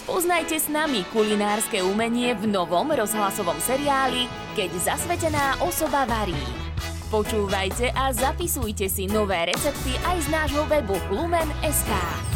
Spoznajte s nami kulinárske umenie v novom rozhlasovom seriáli Keď zasvetená osoba varí. Počúvajte a zapisujte si nové recepty aj z nášho webu Lumen.sk.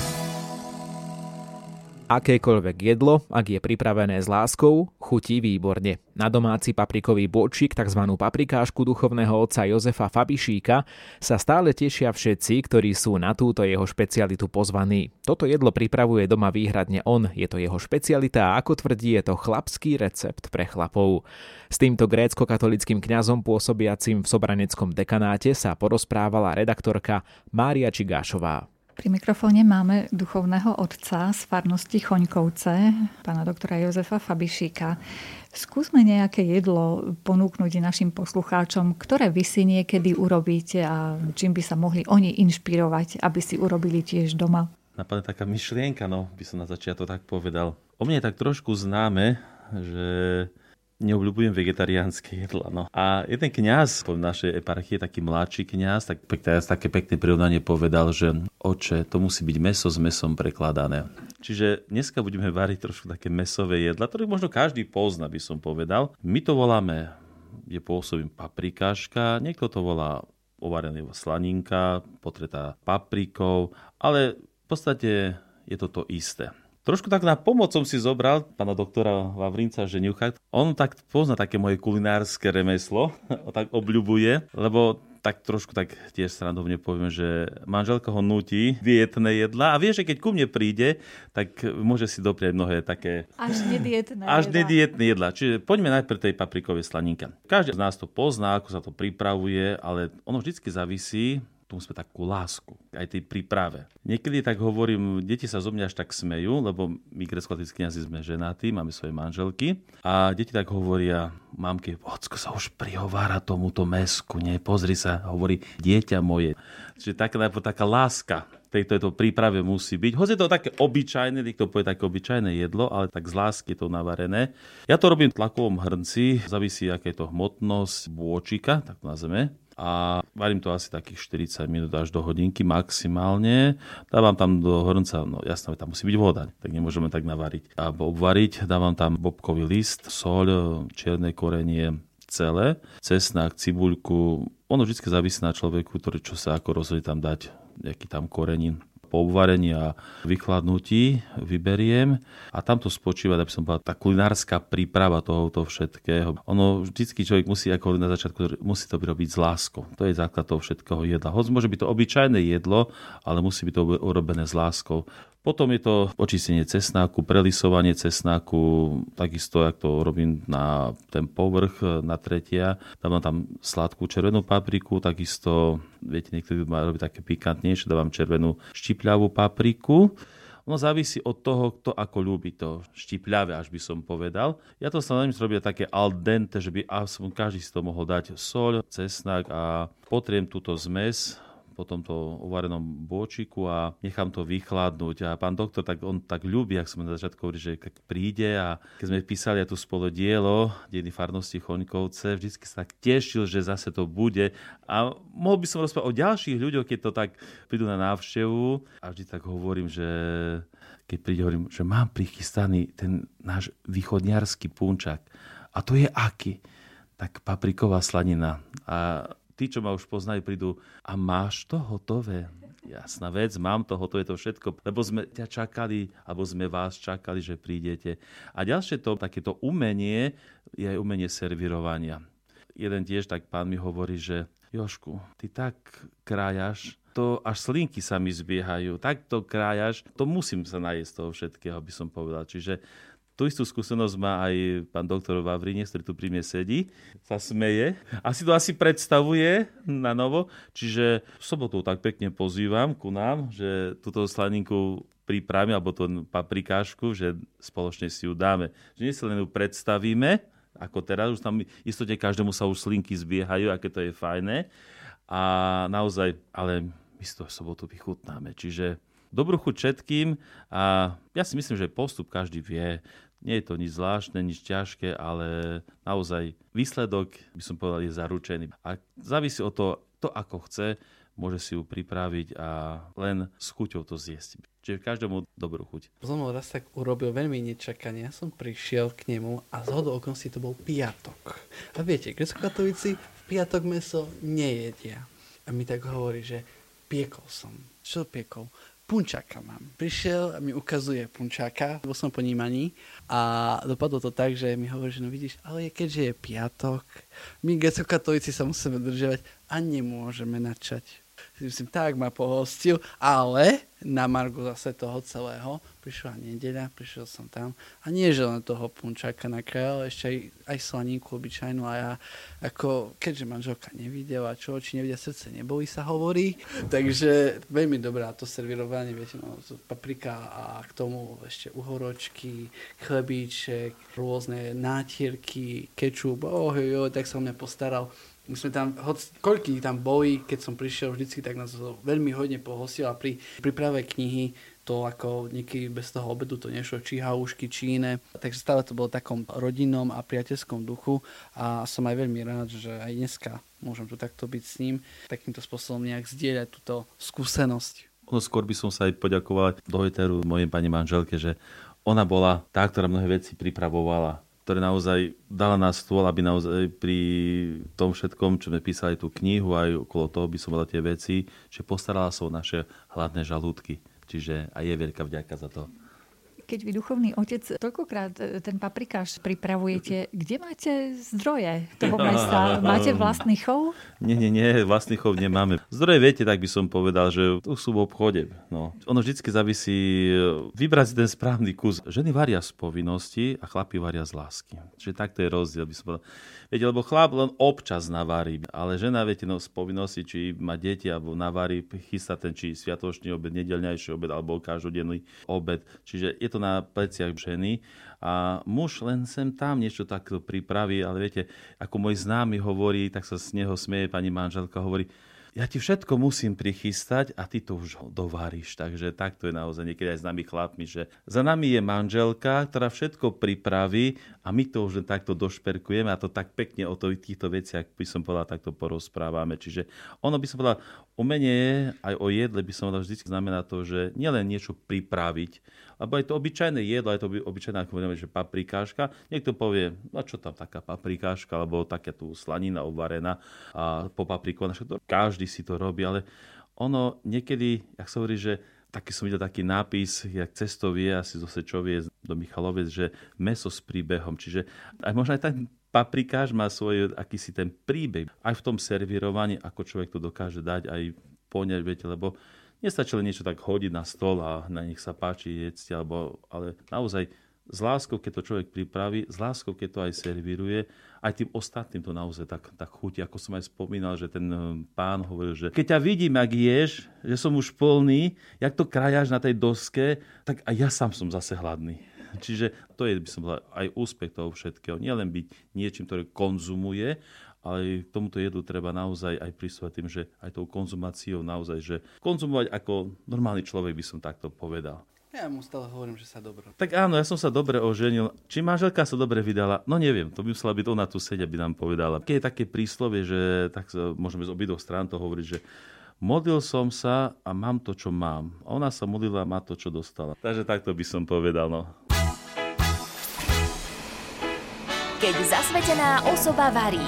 Akékoľvek jedlo, ak je pripravené s láskou, chutí výborne. Na domáci paprikový bôčik, tzv. Paprikášku duchovného otca Jozefa Fabišíka, sa stále tešia všetci, ktorí sú na túto jeho špecialitu pozvaní. Toto jedlo pripravuje doma výhradne on, je to jeho špecialita a ako tvrdí, je to chlapský recept pre chlapov. S týmto grécko-katolickým kňazom pôsobiacim v Sobraneckom dekanáte sa porozprávala redaktorka Mária Čigášová. Pri mikrofóne máme duchovného otca z farnosti Choňkovce, pána doktora Jozefa Fabišíka. Skúsme nejaké jedlo ponúknuť našim poslucháčom, ktoré vy si niekedy urobíte a čím by sa mohli oni inšpirovať, aby si urobili tiež doma. Napadne taká myšlienka, by som na začiatok tak povedal. O mne je tak trošku známe, že neobľúbujem vegetariánske jedla. A jeden kňaz v našej eparchii, taký mladší kňaz, také pekné prirovnanie povedal, že oče, to musí byť mäso s mäsom prekladané. Čiže dneska budeme variť trošku také mäsové jedla, ktoré možno každý pozná, by som povedal. My to voláme, pôsobím paprikáška, niekto to volá ovarená slaninka, potretá paprikou, ale v podstate je to to isté. Trošku tak na pomoc som si zobral pána doktora Vavrinca Ženiucha. On tak pozná také moje kulinárske remeslo, tak obľubuje, lebo tak trošku tak tiež srandovne poviem, že manželka ho núti dietné jedlá a vie, že keď ku mne príde, tak môže si dopriať mnohé také až nedietné jedlá. Čiže poďme najprv tej paprikovej slaninke. Každý z nás to pozná, ako sa to pripravuje, ale ono vždycky závisí, tu musíme takú lásku, aj tej príprave. Niekedy tak hovorím, deti sa zo mňa až tak smejú, lebo my grécko-katolícki kňazi sme ženatí, máme svoje manželky a deti tak hovoria, mamke, ocko sa už prihovára tomuto mäsku, nie? Pozri sa, hovorí, dieťa moje. Čiže taká láska tejto príprave musí byť. Hoď je to také obyčajné, niekto povie také obyčajné jedlo, ale tak z lásky je to navarené. Ja to robím v tlakovom hrnci, závisí, aká je to hmotnosť bôčika, tak to nazveme. A varím to asi takých 40 minút až do hodinky maximálne. Dávam tam do hrnca, jasné, tam musí byť voda, tak nemôžeme tak navariť. A obvariť, dávam tam bobkový list, soľ, čierne korenie, celé, cesnák, cibuľku. Ono vždy závisí na človeku, čo sa ako rozhodne tam dať, nejaký tam korenín. Po obvarení a vychladnutí vyberiem a tam to spočíva, aby som povedal, tá kulinárska príprava tohoto všetkého. Ono vždycky človek musí, ako na začiatku, musí to robiť s láskou. To je základ toho všetkého jedla. Hoď môže byť to obyčajné jedlo, ale musí byť to urobené s láskou. Potom je to očistenie cesnáku, prelisovanie cesnáku, takisto, jak to robím na ten povrch, na tretia. Dávam tam sladkú červenú papriku, takisto, viete, niektorí robí také pikantnejšie, dávam červenú štipľavú papriku. Ono závisí od toho, kto ako ľúbi to štipľavé, až by som povedal. Ja to snažím robiť také al dente, že by každý si to mohol dať soľ, cesnak a potriem túto zmes po tomto uvarenom bôčiku a nechám to vychladnúť. A pán doktor, on tak ľúbi, ak som na začiatku hovoril, že keď príde a keď sme písali tu spolu dielo dejiny farnosti Choňkovce, vždycky sa tak tešil, že zase to bude. A mohol by som rozprávať o ďalších ľuďoch, keď to tak prídu na návštevu. A vždy tak hovorím, že keď príde, hovorím, že mám prichystaný ten náš východniarsky punčak. A to je aký? Tak papriková slanina. A tí, čo ma už poznajú, prídu a máš to hotové? Jasná vec, mám to, to je to všetko, lebo sme ťa čakali, alebo sme vás čakali, že prídete. A ďalšie to, takéto umenie, je aj umenie servírovania. Jeden tiež tak pán mi hovorí, že Jožku, ty tak krájaš, to až slinky sa mi zbiehajú, tak to krájaš, to musím sa najesť toho všetkého, by som povedal. Čiže tú istú skúsenosť má aj pán doktor Vavrinec, ktorý tu pri mne sedí, sa smeje. To asi predstavuje na novo. Čiže v sobotu tak pekne pozývam ku nám, že túto slaninku pripravíme, alebo tú paprikášku, že spoločne si ju dáme. Že nie si len ju predstavíme, ako teraz, už tam istote každému sa už slinky zbiehajú, aké to je fajné. A naozaj, ale my si to v sobotu vychutnáme. Čiže dobrú chuť všetkým a ja si myslím, že postup každý vie. Nie je to nič zvláštne, nič ťažké, ale naozaj výsledok, by som povedal, je zaručený. A závisí od toho, to ako chce. môže si ju pripraviť a len s chuťou to zjesť. Čiže každému dobrú chuť. Som raz tak urobil veľmi nečakane. Ja som prišiel k nemu a zhodou okolností to bol piatok. A viete, gréckokatolíci v piatok mäso nejedia. A mi tak hovorí, že piekol som. Čo piekol? Punčáka mám. Prišiel a mi ukazuje punčáka vo svojom ponímaní a dopadlo to tak, že mi hovorí, že no vidíš, ale keďže je piatok, my gréckokatolíci sa musíme držať a nemôžeme načať. Myslím, tak ma pohostil, ale na margo zase toho celého prišla nedeľa, prišiel som tam a nie že len toho punčáka nakrájal, ešte aj slaninku obyčajnú a ja ako, keďže manželka nevidela, čo oči nevidia, srdce nebojí sa hovorí, takže veľmi dobrá to servírovanie, viete, no, paprika a k tomu ešte uhoročky, chlebíček, rôzne nátierky, kečup, tak sa o mňa postaral. My sme tam, koľký tam boli, keď som prišiel vždycky, tak nás veľmi hodne pohostil a pri príprave knihy to ako niekedy bez toho obedu to nešlo, či halušky, či iné. Takže stále to bolo v takom rodinnom a priateľskom duchu a som aj veľmi rád, že aj dneska môžem tu takto byť s ním, takýmto spôsobom nejak zdieľať túto skúsenosť. Skôr by som sa aj poďakoval dojteru mojej pani manželke, že ona bola tá, ktorá mnohé veci pripravovala, ktoré naozaj dala na stôl, aby naozaj pri tom všetkom, čo sme písali tú knihu, aj okolo toho by som dal tie veci, že postarala sa o naše hladné žalúdky. Čiže aj je veľká vďaka za to. Keď vy, duchovný otec, toľkokrát ten paprikáš pripravujete, kde máte zdroje toho mesa? Máte vlastný chov? Nie, vlastný chov nemáme. Zdroje, viete, tak by som povedal, že tu sú v obchode. No. Ono vždycky závisí vybrať si ten správny kus. Ženy varia z povinnosti a chlapi varia z lásky. Čiže takto je rozdiel, by som povedal. Viete, lebo chlap len občas navarí, ale žena, viete, z povinnosti, či má deti, alebo navarí, chystá ten či sviatočný obed, nedeľňajší obed, alebo každodenný obed. Čiže je to na pleciach ženy a muž len sem tam niečo takto pripraví, ale viete, ako môj známy hovorí, tak sa z neho smeje pani manželka, hovorí, ja ti všetko musím prichystať a ty to už dovaríš. Takže takto je naozaj niekedy aj s nami chlapmi, že za nami je manželka, ktorá všetko pripraví a my to už len takto došperkujeme a to tak pekne o týchto veciach, by som povedal, takto porozprávame. Čiže ono by som povedal, umenie aj o jedle by som povedal vždy znamená to, že nielen niečo pripraviť, lebo aj to obyčajné jedlo, aj to obyčajná, ako že paprikáška. Niekto povie, no čo tam taká paprikáška, alebo taká tu slanina obvarená a po papriku. Každý si to robí, ale ono niekedy, jak sa hovorí, že taký som videl taký nápis, jak cestovie asi zo Sečovie do Michalovec, že mäso s príbehom. Čiže aj možno aj ten paprikáš má svoj akýsi ten príbeh. Aj v tom servírovaní, ako človek to dokáže dať, aj poňať, viete, lebo nestačí len niečo tak hodiť na stôl a na nich sa páči jesť, ale naozaj s láskou, keď to človek pripraví, s láskou, keď to aj servíruje, aj tým ostatným to naozaj tak chutí. Ako som aj spomínal, že ten pán hovoril, že keď ťa vidím, ak ješ, že som už plný, jak to krajáš na tej doske, tak aj ja sám som zase hladný. Čiže to je, by som povedal, aj úspech toho všetkého. Nielen byť niečím, ktoré konzumuje, ale k tomuto jedlu treba naozaj aj pristúpať tým, že aj tou konzumáciou naozaj, že konzumovať ako normálny človek, by som takto povedal. Ja mu stále hovorím, že sa dobre. Tak áno, ja som sa dobre oženil. Či manželka sa dobre vydala? No neviem, to by musela byť ona tu sedieť, aby nám povedala. Keď je také príslovie, že tak môžeme z obidvoch strán to hovoriť, že modlil som sa a mám to, čo mám. A ona sa modlila a má to, čo dostala. Takže takto by som povedal, no. Keď zasvetená osoba varí.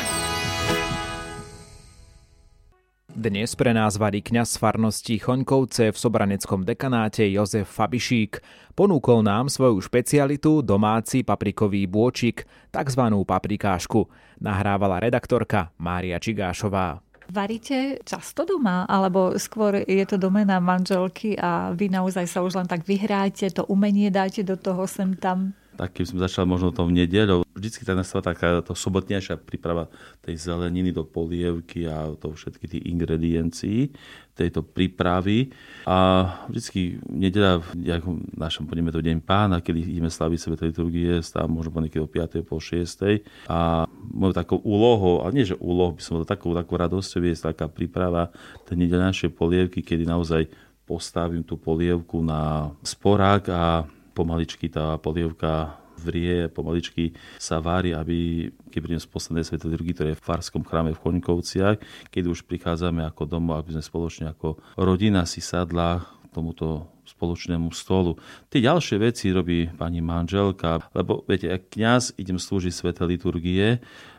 Dnes pre nás varí kňaz z farnosti Choňkovce v Sobraneckom dekanáte Jozef Fabišík. Ponúkol nám svoju špecialitu domáci paprikový bôčik, takzvanú paprikášku. Nahrávala redaktorka Mária Čigášová. Varíte často doma, alebo skôr je to domena manželky a vy naozaj sa už len tak vyhráte, to umenie dáte do toho sem tam? Tak keď som začal možno to v nedeľu, vždycky tak nastala taká sobotnejšia príprava tej zeleniny do polievky a to všetky tie ingrediencií tejto prípravy. A vždycky nedeľa, ako našom podneme to Deň Pána, kedy ideme slaviť svätej liturgie, stávam možno niekedy o 5. po 6. A mojou takou úlohou, ale nie že úlohou, by som bol takou radosťou, je taká príprava tej nedeľnejšej polievky, kedy naozaj postavím tú polievku na sporák a pomaličky tá polievka vrie, pomaličky sa vári, aby keď prídeme z poslednej svätej liturgie, ktoré je v Farskom chráme v Choňkovciach, keď už prichádzame ako domov, aby sme spoločne ako rodina si sadla k tomuto spoločnému stolu. Tie ďalšie veci robí pani manželka, lebo viete, ak kňaz idem slúžiť sväté liturgie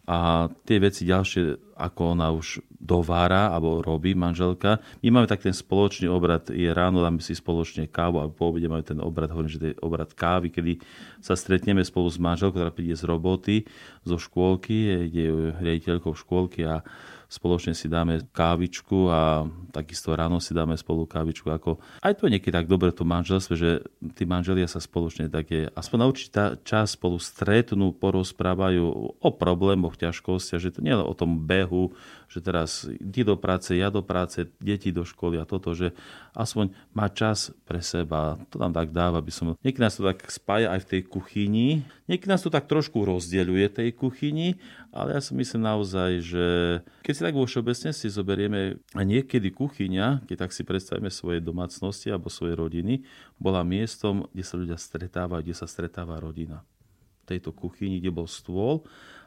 a tie veci ďalšie, ako ona už dovára alebo robí manželka. My máme tak ten spoločný obrad, je ráno, dáme si spoločne kávu a po obede máme ten obrad, hovorím, že to je obrad kávy, kedy sa stretneme spolu s manželkou, ktorá príde z roboty, zo škôlky, je riaditeľkou škôlky a spoločne si dáme kávičku a takisto ráno si dáme spolu kávičku. Aj to je niekedy tak dobre to manželstve, že tí manželia sa spoločne také aspoň na určitý čas spolu stretnú, porozprávajú o problémoch, ťažkostiach, že to nie je o tom behu, že teraz ty do práce, ja do práce, deti do školy a toto, že aspoň má čas pre seba. To nám tak dáva, aby som... Niekedy nás to tak spája aj v tej kuchyni, niekedy nás to tak trošku rozdeľuje tej kuchyni, ale ja si myslím naozaj, že keď si tak vo všeobecnosti zoberieme a niekedy kuchyňa, keď tak si predstavíme svoje domácnosti alebo svoje rodiny, bola miestom, kde sa ľudia stretávajú, kde sa stretáva rodina. V tejto kuchyni, kde bol stôl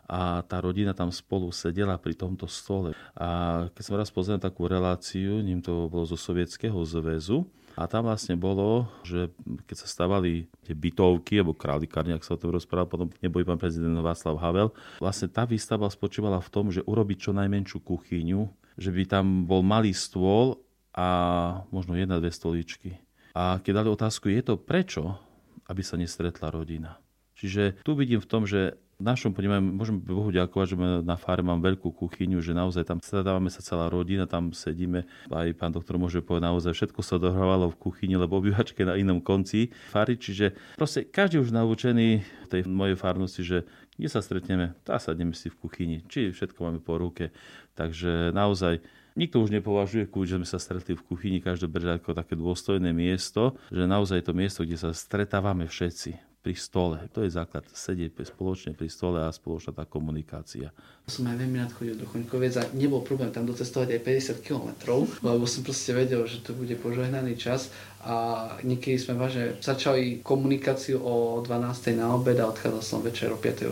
a tá rodina tam spolu sedela pri tomto stole. A keď som raz pozrel takú reláciu, ním to bolo zo Sovietskeho zväzu, a tam vlastne bolo, že keď sa stavali tie bytovky, alebo králikárne, ak sa o tom rozprával, potom nebol pán prezident Václav Havel, vlastne tá výstava spočívala v tom, že urobiť čo najmenšiu kuchyňu, že by tam bol malý stôl a možno 1-2 stoličky. A keď dali otázku, je to prečo, aby sa nestretla rodina. Čiže tu vidím v tom, že v našom ponímaní môžeme Bohu ďakovať, že na fáre mám veľkú kuchyňu, že naozaj tam stretávame sa celá rodina, tam sedíme. Aj pán doktor môže povedať, naozaj všetko sa dohrávalo v kuchyni, lebo obývačka je na inom konci fary. Čiže proste každý už naučený v tej mojej farnosti, že kde sa stretneme, tá sadneme si v kuchyni, či všetko máme po ruke. Takže naozaj nikto už nepovažuje, že sme sa stretli v kuchyni, každý berie ako také dôstojné miesto, že naozaj je to miesto, kde sa stretávame všetci pri stole. To je základ, sedieť spoločne pri stole a spoločná tá komunikácia. Som aj veľmi rád chodil do Choňkoviec a nebol problém tam docestovať aj 50 km, lebo som proste vedel, že to bude požehnaný čas a niekedy sme vážne začali komunikáciu o 12. na obed a odchádzal som večer o 5. o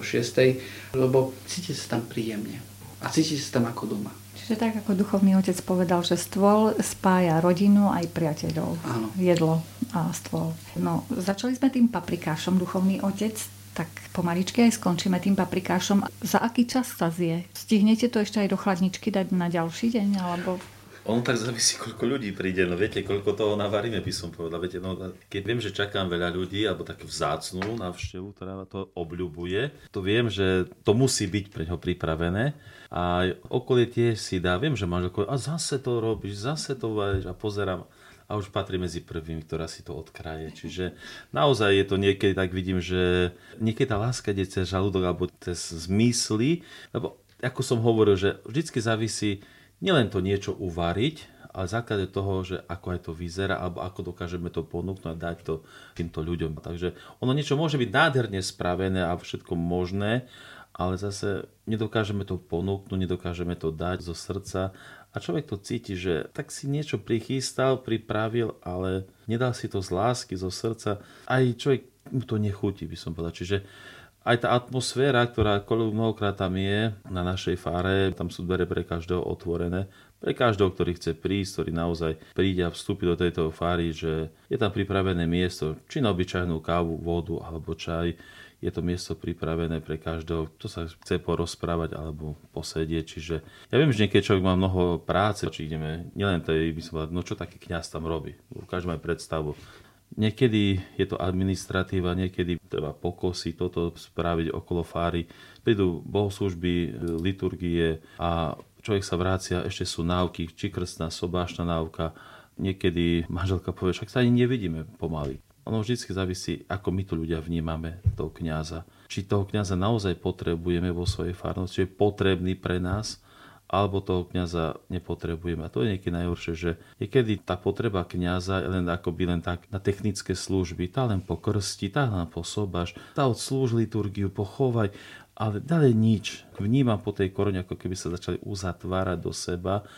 6. lebo cítite sa tam príjemne a cítite sa tam ako doma. Čiže tak, ako duchovný otec povedal, že stôl spája rodinu aj priateľov. Áno. Jedlo a stôl. No, začali sme tým paprikášom, duchovný otec, tak pomaličky aj skončíme tým paprikášom. Za aký čas sa zje? Stihnete to ešte aj do chladničky dať na ďalší deň, alebo... On tak závisí, koľko ľudí príde. No viete, koľko toho navaríme, by som povedal. Viete, no, keď viem, že čakám veľa ľudí, alebo takú vzácnú návštevu, ktorá to obľubuje, to viem, že to musí byť pre ňo pripravené. A okolie tiež si dá, viem, že manželko, a zase to robíš, zase to varíš a pozerám. A už patrí medzi prvými, ktorá si to odkraje. Čiže naozaj je to niekedy, tak vidím, že niekedy tá láska ide cez žalúdok alebo cez zmysly, lebo ako som hovoril, že vždycky závisí nielen to niečo uvariť, ale základe toho, že ako aj to vyzerá, alebo ako dokážeme to ponúknuť a dať to týmto ľuďom. Takže ono niečo môže byť nádherne spravené a všetko možné, ale zase nedokážeme to ponúknuť, nedokážeme to dať zo srdca a človek to cíti, že tak si niečo prichystal, pripravil, ale nedal si to z lásky, zo srdca. Aj človek mu to nechutí, by som povedal. Čiže aj tá atmosféra, ktorá mnohokrát tam je na našej fáre, tam sú dvere pre každého otvorené. Pre každého, ktorý chce prísť, ktorý naozaj príde a vstúpi do tejto fáry, že je tam pripravené miesto, či na obyčajnú kávu, vodu alebo čaj. Je to miesto pripravené pre každého, kto sa chce porozprávať alebo posedieť. Čiže ja viem, že niekedy človek má mnoho práce, či ideme, nielen tej, by som povedal, no čo taký kňaz tam robí. Každý má predstavu. Niekedy je to administratíva, niekedy treba pokosiť, toto spraviť okolo fáry. Prídu bohoslúžby, liturgie a človek sa vrácia, ešte sú náuky, či krstná, sobášna náuka. Niekedy manželka povie, však sa ani nevidíme pomaly. Ono vždy závisí, ako my tu ľudia vnímame toho kňaza. Či toho kňaza naozaj potrebujeme vo svojej farnosti, či je potrebný pre nás, alebo toho kňaza nepotrebujeme. A to je niekedy najhoršie, že niekedy tá potreba kňaza je len akoby len tak na technické služby. Tá len pokrsti, tá len posobáš, tá odslúž liturgiu, pochovaj, ale ďalej nič. Vnímam po tej korone, ako keby sa začali uzatvárať do seba,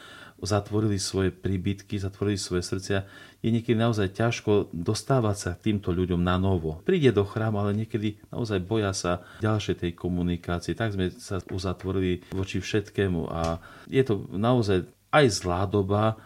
zatvorili svoje príbytky, zatvorili svoje srdcia, je niekedy naozaj ťažko dostávať sa k týmto ľuďom na novo. Príde do chrámu, ale niekedy naozaj boja sa ďalšej tej komunikácie. Tak sme sa uzatvorili voči všetkému a je to naozaj aj zlá doba,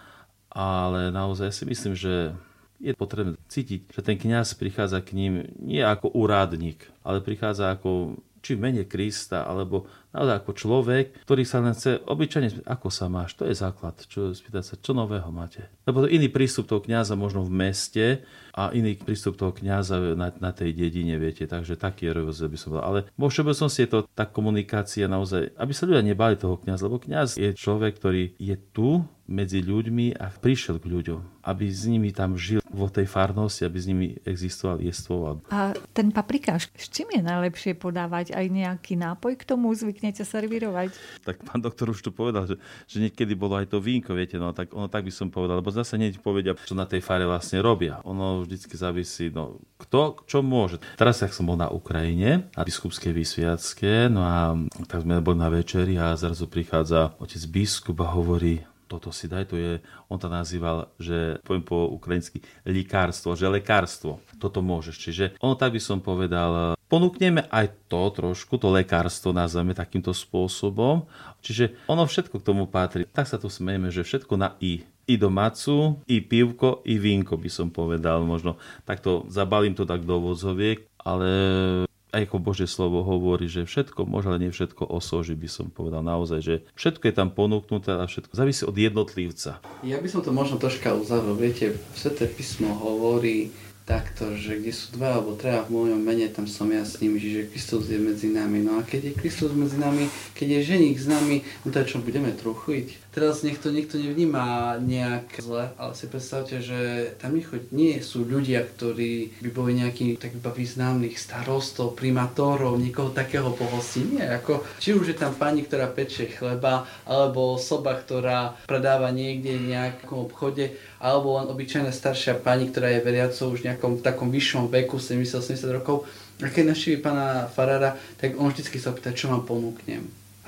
ale naozaj si myslím, že je potrebné cítiť, že ten kňaz prichádza k ním nie ako úradník, ale prichádza ako či v mene Krista, alebo naozaj ako človek, ktorý sa len chce obyčajne spýtať, ako sa máš, to je základ, spýtať sa, čo nového máte. Lebo to iný prístup toho kňaza možno v meste a iný prístup toho kňaza na tej dedine, viete, takže taký je rozdiel, by som povedal. Ale vo všeobecnosti je to tá komunikácia naozaj, aby sa ľudia nebali toho kňaza, lebo kňaz je človek, ktorý je tu medzi ľuďmi a prišiel k ľuďom, aby s nimi tam žil vo tej farnosti, aby s nimi existoval, jestvoval. A ten paprikáš, s čím je najlepšie podávať? Aj nejaký nápoj k tomu zvyknete servírovať? Tak pán doktor už tu povedal, že niekedy bolo aj to vínko, viete, no tak ono tak by som povedal, lebo zase hneď povedia, čo na tej fare vlastne robia. Ono vždycky závisí, no kto čo môže. Teraz, jak som bol na Ukrajine, na biskupskej vysviacke, no a tak sme boli na večeri a zrazu prichádza otec biskup a hovorí, toto si daj, to je, on to nazýval, že poviem po ukrajinsky, likárstvo, že lekárstvo. Toto môžeš. Čiže ono tak by som povedal, ponúkneme aj to trošku, to lekárstvo nazveme takýmto spôsobom. Čiže ono všetko k tomu patrí. Tak sa tu smejeme, že všetko na i. I domácu, i pivko, i vínko by som povedal. Možno takto zabalím to tak do vozoviek, ale aj ako Božie slovo hovorí, že všetko môže, ale nie všetko osoží, by som povedal naozaj, že všetko je tam ponúknuté a všetko závisí od jednotlivca. Ja by som to možno troška uzavrel. Viete, Sväté písmo hovorí takto, že kde sú dva alebo traja v mojom mene, tam som ja s nimi, že Kristus je medzi nami. No a keď je Kristus medzi nami, keď je ženík s nami, no to čo budeme truchliť? Teraz niekto nevníma nejak zle, ale si predstavte, že tam nie sú ľudia, ktorí by boli nejakých tak iba významných starostov, primátorov, niekoho takého pohostí. Nie, ako či už je tam pani, ktorá pečie chleba, alebo osoba, ktorá predáva niekde v nejakom obchode, alebo len obyčajná staršia pani, ktorá je veriacou už v nejakom takom vyššom veku, 70-80 rokov. A keď navštíví pána farára, tak on vždycky sa opýta, čo vám ponúknem.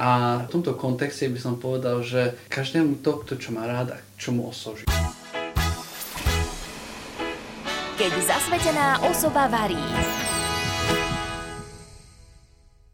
A v tomto kontexte by som povedal, že každému to, kto čo má rád a čo mu osoží. Keď zasvetená osoba varí.